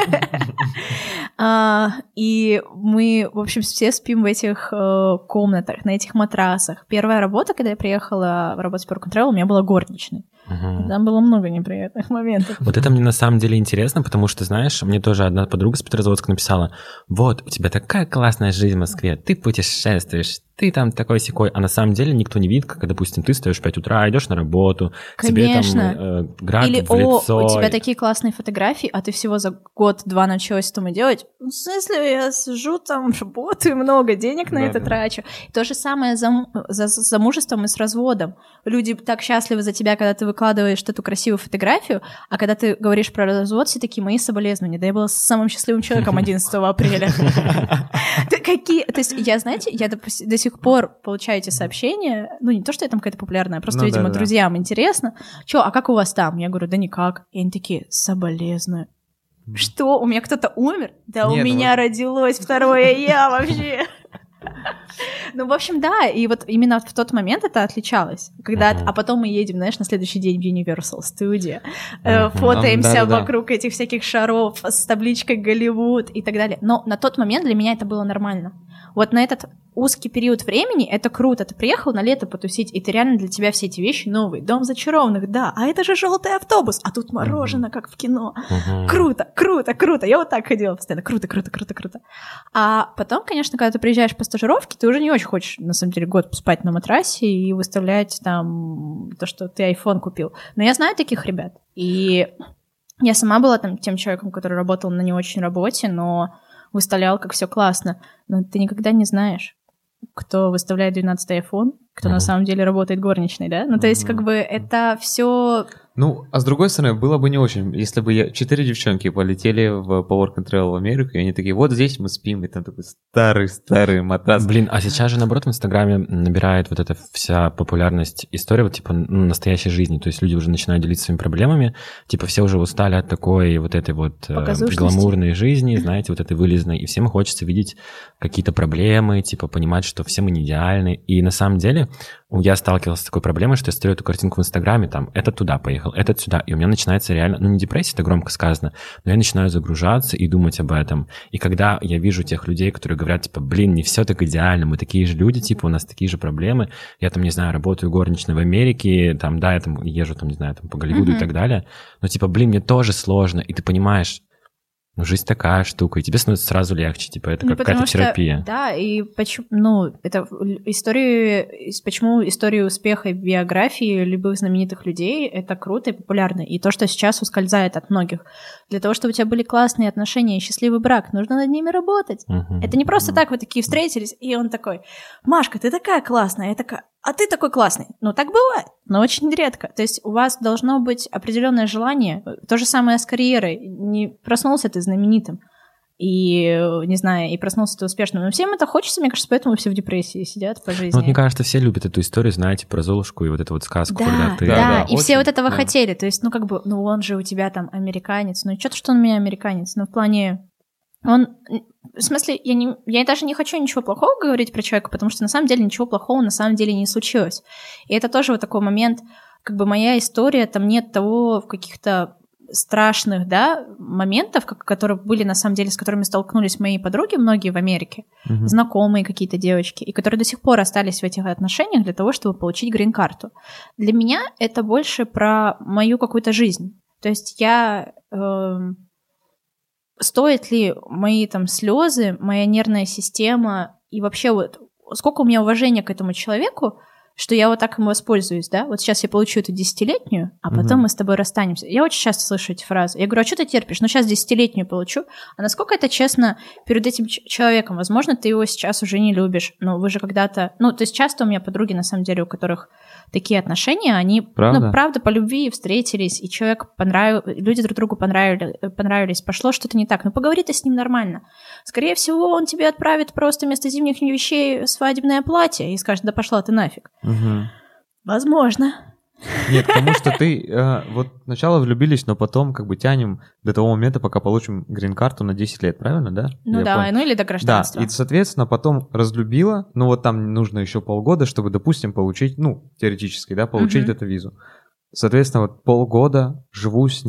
И мы, в общем, все спим в этих комнатах, на этих матрасах. Первая работа, когда я приехала работать по work and travel, у меня была горничной. Там было много неприятных моментов. Вот это мне на самом деле интересно, потому что, знаешь, мне тоже одна подруга с Петрозаводска написала: вот, у тебя такая классная жизнь в Москве, ты путешествуешь, ты там такой-сякой, а на самом деле никто не видит, как, допустим, ты встаешь в 5 утра, идешь на работу, Конечно. тебе там град или, в лицо. у тебя такие классные фотографии, а ты всего за год-два началась этому делать. В смысле, я сижу там, работаю много, денег на это трачу. То же самое за замужеством и с разводом. Люди так счастливы за тебя, когда ты выкладываешь эту красивую фотографию, а когда ты говоришь про развод, все такие: мои соболезнования. Да я была самым счастливым человеком 11 апреля. Какие... То есть я, знаете, я до сих пор получаю эти сообщения, ну, не то, что я там какая-то популярная, просто, видимо, друзьям интересно. Чё, а как у вас там? Я говорю: да никак. И они такие: соболезную. Что? У меня кто-то умер? Да нет, у меня родилось второе я вообще. Ну, в общем, да, и вот именно в тот момент это отличалось. Когда, а потом мы едем, знаешь, на следующий день в Universal Studio, фотаемся вокруг этих всяких шаров с табличкой Голливуд и так далее. Но на тот момент для меня это было нормально. Вот на этот узкий период времени это круто. Ты приехал на лето потусить, и ты реально для тебя все эти вещи новые. Дом зачарованных, да, а это же желтый автобус, а тут мороженое, как в кино. Круто, круто, круто. Я вот так ходила постоянно. Круто, круто, круто, круто. А потом, конечно, когда ты приезжаешь по стажировке, ты уже не очень хочешь, на самом деле, год спать на матрасе и выставлять там то, что ты iPhone купил. Но я знаю таких ребят. И я сама была там тем человеком, который работал на не очень работе, но выставлял, как все классно. Но ты никогда не знаешь, кто выставляет 12-й iPhone, кто на самом деле работает горничной, да? Ну, то есть, как бы, это все. Ну, а с другой стороны, было бы не очень, если бы 4 девчонки полетели в Work and Travel в Америку, и они такие: вот здесь мы спим, и там такой старый матрас. Блин, а сейчас же, наоборот, в Инстаграме набирает вот эта вся популярность история вот типа настоящей жизни, то есть люди уже начинают делиться своими проблемами, типа все уже устали от такой вот этой вот гламурной жизни, знаете, вот этой вылизной, и всем хочется видеть какие-то проблемы, типа понимать, что все мы не идеальны, и на самом деле я сталкивался с такой проблемой, что я смотрю эту картинку в Инстаграме, там, этот туда поехал, этот сюда, и у меня начинается реально, ну, не депрессия, это громко сказано, но я начинаю загружаться и думать об этом. И когда я вижу тех людей, которые говорят, типа: блин, не все так идеально, мы такие же люди, типа, у нас такие же проблемы, я там, не знаю, работаю горничной в Америке, там, да, я там езжу, там, не знаю, там, по Голливуду и так далее, но, типа, блин, мне тоже сложно, и ты понимаешь, ну, жизнь такая штука, и тебе становится сразу легче, типа, это как какая-то терапия. Да, и почему, ну, это почему истории успеха и биографии любых знаменитых людей — это круто и популярно, и то, что сейчас ускользает от многих. Для того, чтобы у тебя были классные отношения и счастливый брак, нужно над ними работать. Это не просто так вы такие встретились, и он такой: Машка, ты такая классная, я такая: а ты такой классный. Ну, так бывает, но очень редко. То есть у вас должно быть определенное желание. То же самое с карьерой. Не проснулся ты знаменитым и, не знаю, и проснулся ты успешным. Но всем это хочется, мне кажется, поэтому все в депрессии сидят по жизни. Ну, вот мне кажется, все любят эту историю, знаете, про Золушку и вот эту вот сказку. Да, когда ты... да, и все вот этого хотели. То есть, ну, как бы, ну, он же у тебя там американец. Ну, что-то, он у меня американец. Ну, в плане... Он, в смысле, я даже не хочу ничего плохого говорить про человека, потому что на самом деле ничего плохого на самом деле не случилось. И это тоже вот такой момент, как бы моя история, там нет того в каких-то страшных, да, моментов, которые были на самом деле, с которыми столкнулись мои подруги, многие в Америке, знакомые какие-то девочки, и которые до сих пор остались в этих отношениях для того, чтобы получить грин-карту. Для меня это больше про мою какую-то жизнь. То есть я... Стоит ли мои там слезы, моя нервная система и вообще вот сколько у меня уважения к этому человеку, что я вот так им воспользуюсь, да? Вот сейчас я получу эту 10-летнюю, а потом мы с тобой расстанемся. Я очень часто слышу эти фразы. Я говорю: а что ты терпишь? Ну, сейчас 10-летнюю получу. А насколько это честно перед этим человеком? Возможно, ты его сейчас уже не любишь, но вы же когда-то... Ну, то есть часто у меня подруги, на самом деле, у которых такие отношения, они, ну, правда, по любви встретились, и человек люди друг другу понравились, пошло что-то не так. Ну, поговори ты с ним нормально. Скорее всего, он тебе отправит просто вместо зимних вещей свадебное платье и скажет: да пошла ты нафиг. Возможно. Нет, потому что ты вот сначала влюбились, но потом как бы тянем до того момента, пока получим грин-карту на 10 лет, правильно, да? Ну да, ну или до гражданства. Да, и, соответственно, потом разлюбила, но вот там нужно еще полгода, чтобы, допустим, получить, ну, теоретически, да, получить эту визу. Соответственно, вот полгода живу с ним,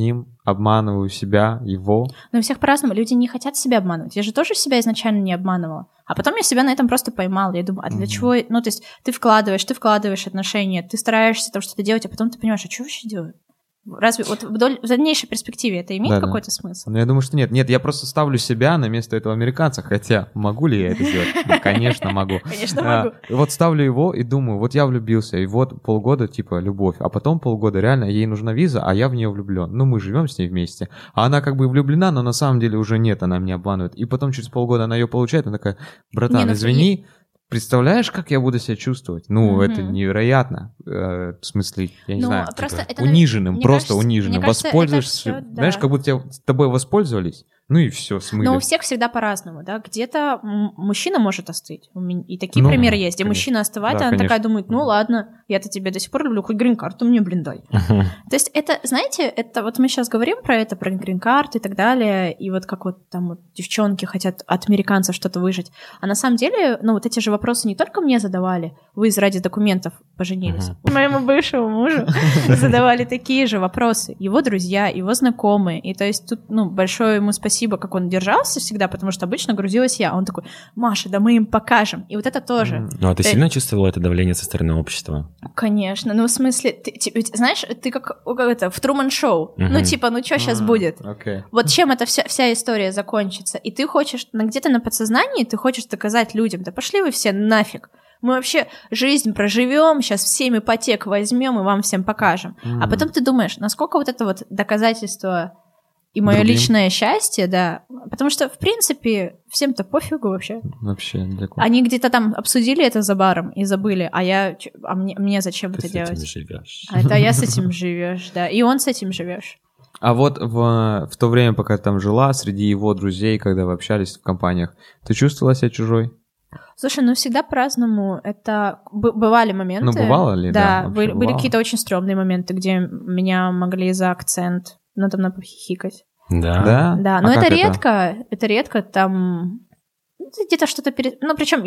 обманываю себя, его. Но у всех по-разному. Люди не хотят себя обманывать. Я же тоже себя изначально не обманывала. А потом я себя на этом просто поймала. Я думаю, а для чего? Ну, то есть ты вкладываешь отношения, ты стараешься там что-то делать, а потом ты понимаешь, а что вообще делаю? Разве вот в дальнейшей перспективе это имеет какой-то смысл? Ну, я думаю, что нет. Нет, я просто ставлю себя на место этого американца, хотя могу ли я это сделать? Конечно, могу. Конечно, могу. Вот ставлю его и думаю, вот я влюбился, и вот полгода, типа, любовь, а потом полгода реально ей нужна виза, а я в нее влюблен. Ну, мы живем с ней вместе. А она как бы влюблена, но на самом деле уже нет, она меня обманывает. И потом через полгода она ее получает, она такая, братан, извини, представляешь, как я буду себя чувствовать? Ну, это невероятно. В смысле, я не знаю, просто типа, униженным, просто униженным. Воспользуешься, знаешь, как будто тобой воспользовались, ну и все, смыли. Но у всех всегда по-разному, да. Где-то мужчина может остыть. И такие примеры есть, где мужчина остывает, и она такая думает, ну ладно, я-то тебя до сих пор люблю, хоть грин-карту мне, блин, дай. То есть это, знаете, это вот мы сейчас говорим про грин-карты и так далее, и вот как вот там вот девчонки хотят от американцев что-то выжать. А на самом деле, ну вот эти же вопросы не только мне задавали, вы ради документов поженились. Моему бывшему мужу задавали такие же вопросы. Его друзья, его знакомые. И то есть тут, ну, большое ему спасибо, как он держался всегда, потому что обычно грузилась я. Он такой, Маша, да мы им покажем. И вот это тоже. Ну, а ты сильно чувствовала это давление со стороны общества? Конечно. Ну, в смысле, знаешь, ты как это, в Труман-шоу. Ну, типа, ну, что сейчас будет? Вот чем эта вся история закончится. И ты хочешь, где-то на подсознании ты хочешь доказать людям, да пошли вы все нафиг. Мы вообще жизнь проживем, сейчас всем ипотек возьмем и вам всем покажем. А потом ты думаешь, насколько вот это вот доказательство и мое личное счастье, да. Потому что, в принципе, всем-то пофигу вообще. Вообще, далеко. Они где-то там обсудили это за баром и забыли, а мне зачем это делать? Ты с этим живешь. А я с этим живешь, да. И он с этим живешь. А вот в то время, пока ты там жила, среди его друзей, когда вы общались в компаниях, ты чувствовала себя чужой? Слушай, ну всегда по-разному. Это бывали моменты. Ну, бывало ли? Да, были какие-то очень стрёмные моменты, где меня могли за акцент надо мной похихикать. Да? Да, но это редко, там... Где-то что-то Ну, причем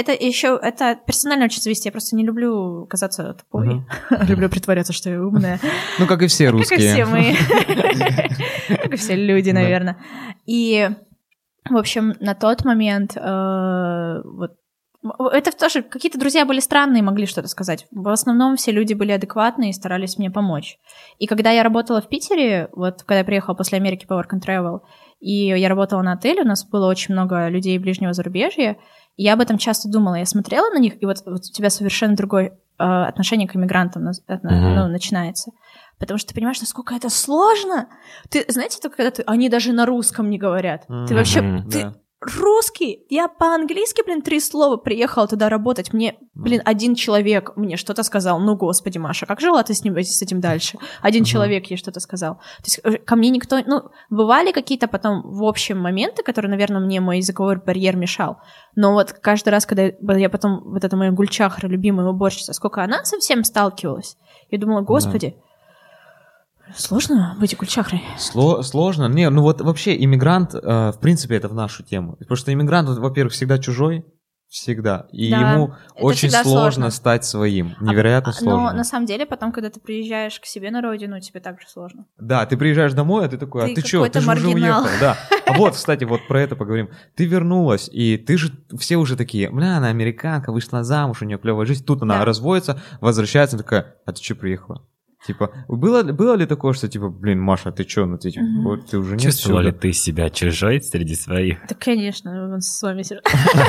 это персонально очень зависит. Я просто не люблю казаться тупой. Люблю притворяться, что я умная. Ну, как и все русские. Как и все мы. Как и все люди, наверное. И, в общем, на тот момент вот это тоже какие-то друзья были странные, могли что-то сказать. В основном все люди были адекватные и старались мне помочь. И когда я работала в Питере, вот когда я приехала после Америки по Work and Travel, и я работала на отеле, у нас было очень много людей ближнего зарубежья, и я об этом часто думала. Я смотрела на них, и вот у тебя совершенно другое отношение к иммигрантам начинается. Потому что ты понимаешь, насколько это сложно. Ты, знаете, только когда они даже на русском не говорят. Ты вообще... Русский, я по-английски, 3 слова приехала туда работать, мне, один человек мне что-то сказал, ну, господи, Маша, как жила ты с этим дальше? Один человек ей что-то сказал. То есть ко мне никто, бывали какие-то потом в общем моменты, которые, наверное, мне мой языковой барьер мешал, но вот каждый раз, когда я потом, вот эта моя Гульчахра, любимая уборщица, сколько она со всем сталкивалась, я думала, господи, сложно быть Гульчахрой? Сложно. Не, ну вот вообще иммигрант, в принципе, это в нашу тему. Потому что иммигрант, во-первых, всегда чужой, всегда. И ему очень сложно стать своим. Невероятно сложно. Но на самом деле потом, когда ты приезжаешь к себе на родину, тебе так же сложно. Да, ты приезжаешь домой, а ты такой, а ты что, ты же уже уехал. Да. А вот, кстати, вот про это поговорим. Ты вернулась, и ты же, все уже такие, она американка, вышла замуж, у нее клевая жизнь. Тут она разводится, возвращается, такая, а ты что приехала? Типа, было ли такое, что, типа, Маша, ты чё, вот ты уже не чувствовала ли ты себя чужой среди своих? Да, конечно, с вами сижу.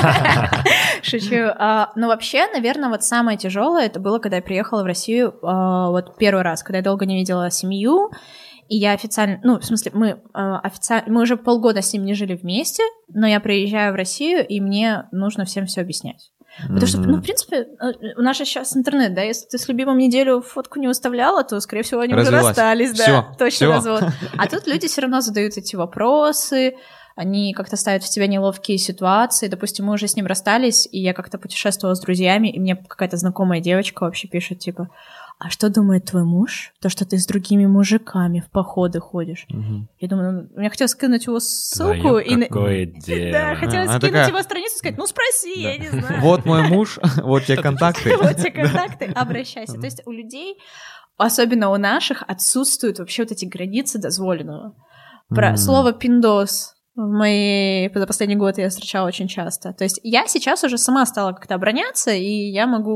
Шучу. Но вообще, наверное, вот самое тяжелое это было, когда я приехала в Россию вот первый раз, когда я долго не видела семью, и я официально, в смысле, мы уже полгода с ним не жили вместе, но я приезжаю в Россию, и мне нужно всем все объяснять. Потому что, в принципе, у нас же сейчас интернет, да, если ты с любимым неделю фотку не выставляла, то, скорее всего, они уже расстались, да, точно развод. А тут люди все равно задают эти вопросы, они как-то ставят в тебя неловкие ситуации. Допустим, мы уже с ним расстались, и я как-то путешествовала с друзьями, и мне какая-то знакомая девочка вообще пишет, типа, а что думает твой муж? То, что ты с другими мужиками в походы ходишь. Я думаю, я хотела скинуть его ссылку. Какое дело. Да, хотела скинуть его страницу и сказать, спроси, я не знаю. Вот мой муж, вот тебе контакты. Вот тебе контакты, обращайся. То есть у людей особенно у наших, отсутствуют вообще вот эти границы дозволенного. Про слово «пиндос» за последний год я встречала очень часто. То есть я сейчас уже сама стала как-то обороняться, и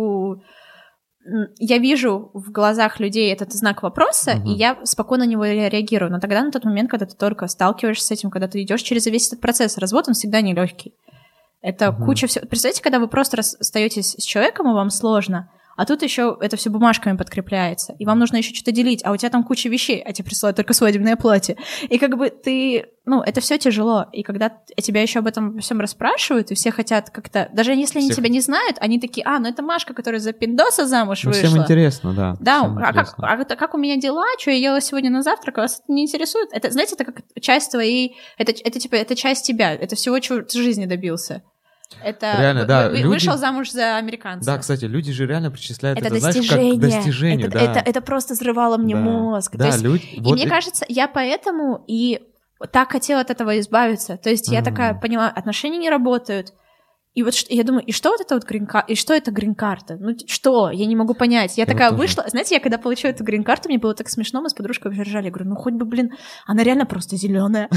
я вижу в глазах людей этот знак вопроса, и я спокойно на него реагирую. Но тогда, на тот момент, когда ты только сталкиваешься с этим, когда ты идешь через весь этот процесс, развод, он всегда нелегкий. Это куча всего. Представляете, когда вы просто расстаетесь с человеком, и вам сложно, а тут еще это все бумажками подкрепляется, и вам нужно еще что-то делить, а у тебя там куча вещей, а тебе присылают только свадебное платье. И как бы это все тяжело. И когда тебя еще об этом всем расспрашивают, и все хотят как-то, даже если они тебя не знают, они такие, это Машка, которая за пиндоса замуж вышла. Всем интересно, да. Да, как у меня дела, что я ела сегодня на завтрак, вас это не интересует? Это, знаете, это как часть твоей, это часть тебя, это всего, чего ты в жизни добился. Это реально, да, вышел замуж за американца. Да, кстати, люди же реально причисляют это достижение. Знаешь, как достижение. Это просто взрывало мне мозг. Да, мне кажется, я поэтому и так хотела от этого избавиться. То есть я такая поняла, отношения не работают. И вот я думаю, и что вот это вот грин-карта, и что это грин-карта? Ну что? Я не могу понять. Я такая вышла, знаете, я когда получила эту грин-карту, мне было так смешно, мы с подружкой ржали, я говорю, хоть бы, она реально просто зеленая.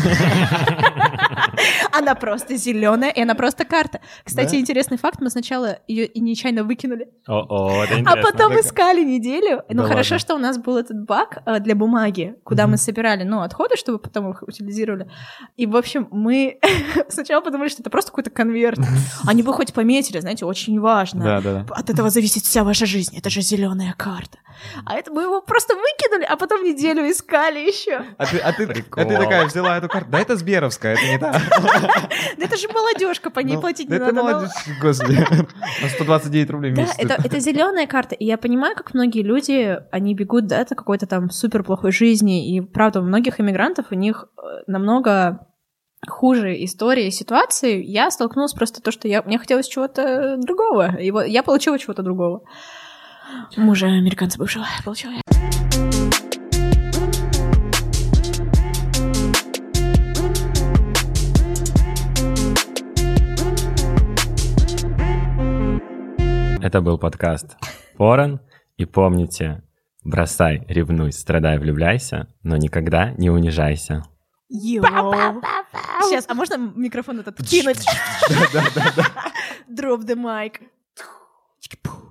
Она просто зеленая, и она просто карта. Кстати, интересный факт, мы сначала ее и нечаянно выкинули, а потом искали неделю. Ну хорошо, что у нас был этот бак для бумаги, куда мы собирали, отходы, чтобы потом их утилизировали. И, в общем, мы сначала подумали, что это просто какой-то конверт. Они бы хоть пометили, знаете, очень важно. Да. От этого зависит вся ваша жизнь. Это же зеленая карта. А это мы его просто выкинули, а потом неделю искали еще. А ты такая взяла эту карту. Да это Сберовская, это не та. Да это же молодежка, по ней платить не надо. Это молодежь, господи. На 129 рублей в месяц. Да, это зеленая карта. И я понимаю, как многие люди, они бегут, от какой-то там супер плохой жизни. И правда, у многих иммигрантов у них намного хуже истории и ситуации. Я столкнулась просто то, что мне хотелось чего-то другого. И вот я получила чего-то другого. Мужа американца бывшего получила я. Это был подкаст «Поран». И помните, бросай, ревнуй, страдай, влюбляйся, но никогда не унижайся. Сейчас, а можно микрофон этот кинуть? Да. Drop the mic.